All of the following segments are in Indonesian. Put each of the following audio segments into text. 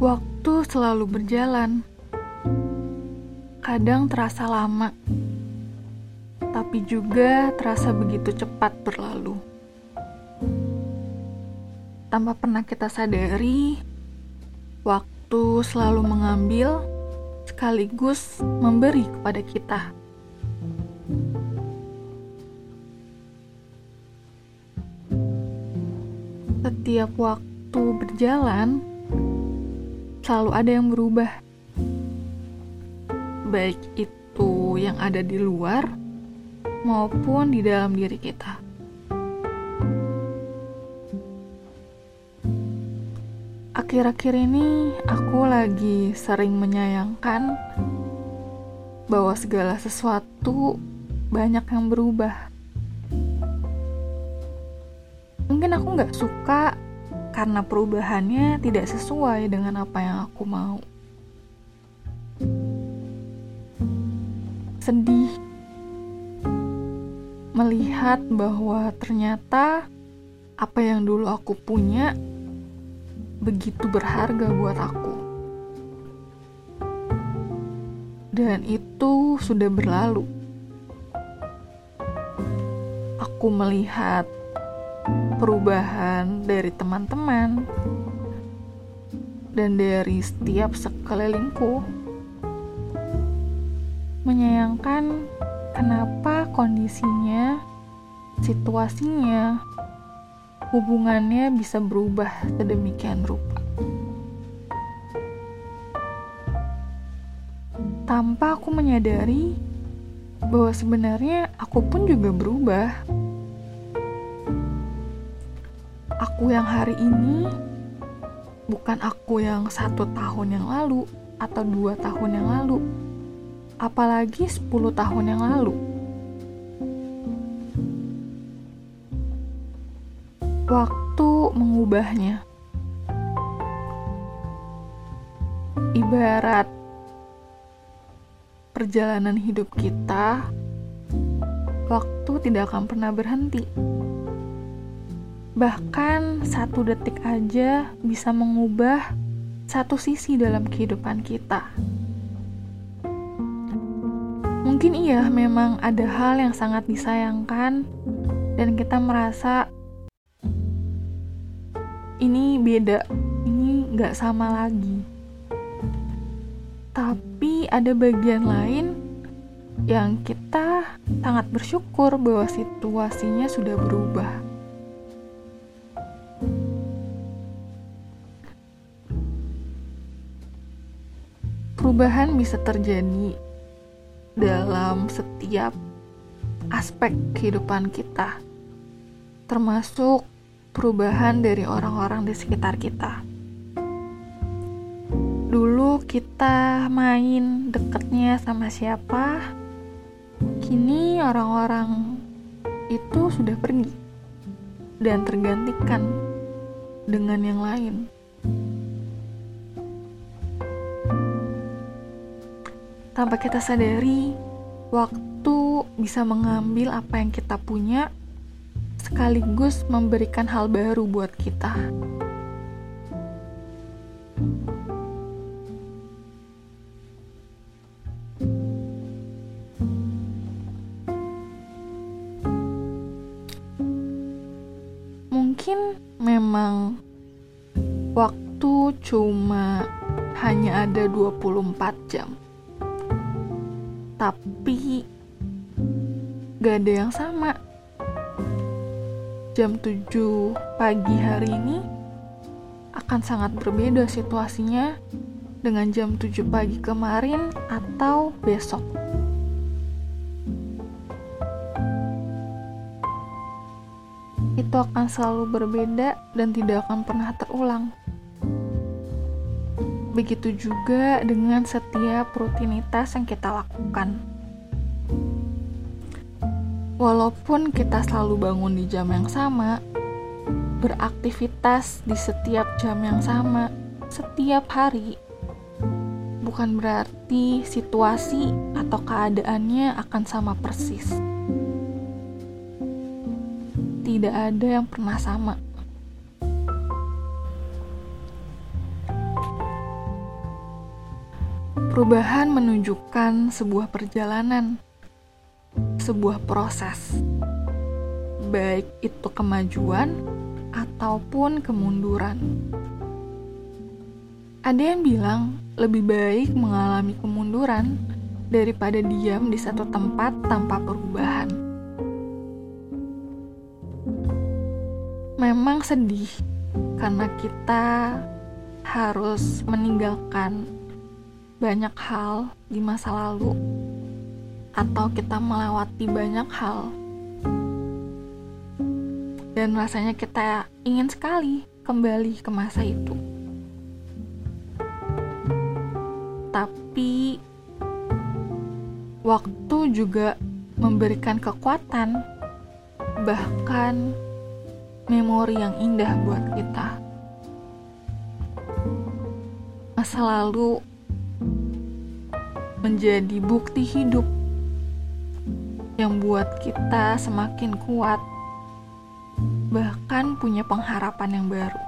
Waktu selalu berjalan, kadang terasa lama, tapi juga terasa begitu cepat berlalu. Tanpa pernah kita sadari, waktu selalu mengambil sekaligus memberi kepada kita. Setiap waktu berjalan, selalu ada yang berubah. Baik itu yang ada di luar maupun di dalam diri kita. Akhir-akhir ini aku lagi sering menyayangkan bahwa segala sesuatu banyak yang berubah. Mungkin aku gak suka karena perubahannya tidak sesuai dengan apa yang aku mau. Sedih melihat bahwa ternyata apa yang dulu aku punya begitu berharga buat aku. Dan itu sudah berlalu. Aku melihat perubahan dari teman-teman dan dari setiap sekelilingku. Menyayangkan kenapa kondisinya, situasinya, hubungannya bisa berubah sedemikian rupa. Tanpa aku menyadari bahwa sebenarnya aku pun juga berubah. Aku yang hari ini bukan aku yang 1 tahun yang lalu atau 2 tahun yang lalu, apalagi 10 tahun yang lalu. Waktu mengubahnya. Ibarat perjalanan hidup kita, waktu tidak akan pernah berhenti. Bahkan 1 detik aja bisa mengubah satu sisi dalam kehidupan kita. Mungkin iya, memang ada hal yang sangat disayangkan dan kita merasa ini beda, ini gak sama lagi. Tapi ada bagian lain yang kita sangat bersyukur bahwa situasinya sudah berubah. Perubahan bisa terjadi dalam setiap aspek kehidupan kita, termasuk perubahan dari orang-orang di sekitar kita. Dulu kita main deketnya sama siapa, kini orang-orang itu sudah pergi dan tergantikan dengan yang lain. Tanpa kita sadari, waktu bisa mengambil apa yang kita punya sekaligus memberikan hal baru buat kita. Mungkin memang waktu cuma hanya ada 24 jam. Tapi gak ada yang sama. Jam 7 pagi hari ini akan sangat berbeda situasinya dengan jam 7 pagi kemarin atau besok. Itu akan selalu berbeda dan tidak akan pernah terulang. Begitu juga dengan setiap rutinitas yang kita lakukan. Walaupun kita selalu bangun di jam yang sama, beraktivitas di setiap jam yang sama, setiap hari, bukan berarti situasi atau keadaannya akan sama persis. Tidak ada yang pernah sama. Perubahan menunjukkan sebuah perjalanan, sebuah proses, baik itu kemajuan ataupun kemunduran. Ada yang bilang lebih baik mengalami kemunduran daripada diam di satu tempat tanpa perubahan. Memang sedih karena kita harus meninggalkan banyak hal di masa lalu, atau kita melewati banyak hal, dan rasanya kita ingin sekali kembali ke masa itu. Tapi waktu juga memberikan kekuatan, bahkan memori yang indah buat kita. Masa lalu menjadi bukti hidup yang buat kita semakin kuat, bahkan punya pengharapan yang baru.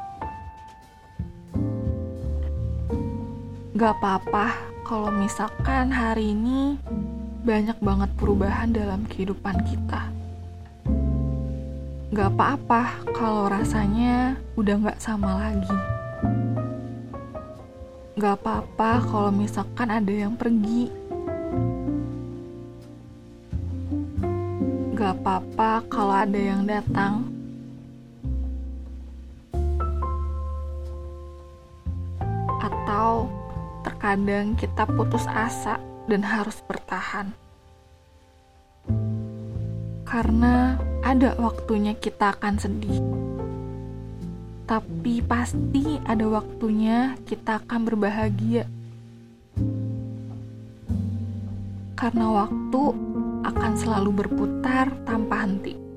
Gak apa-apa kalau misalkan hari ini banyak banget perubahan dalam kehidupan kita. Gak apa-apa kalau rasanya udah gak sama lagi. Gak apa-apa kalau misalkan ada yang pergi. Gak apa-apa kalau ada yang datang. Atau terkadang kita putus asa dan harus bertahan. Karena ada waktunya kita akan sedih. Tapi pasti ada waktunya kita akan berbahagia. Karena waktu akan selalu berputar tanpa henti.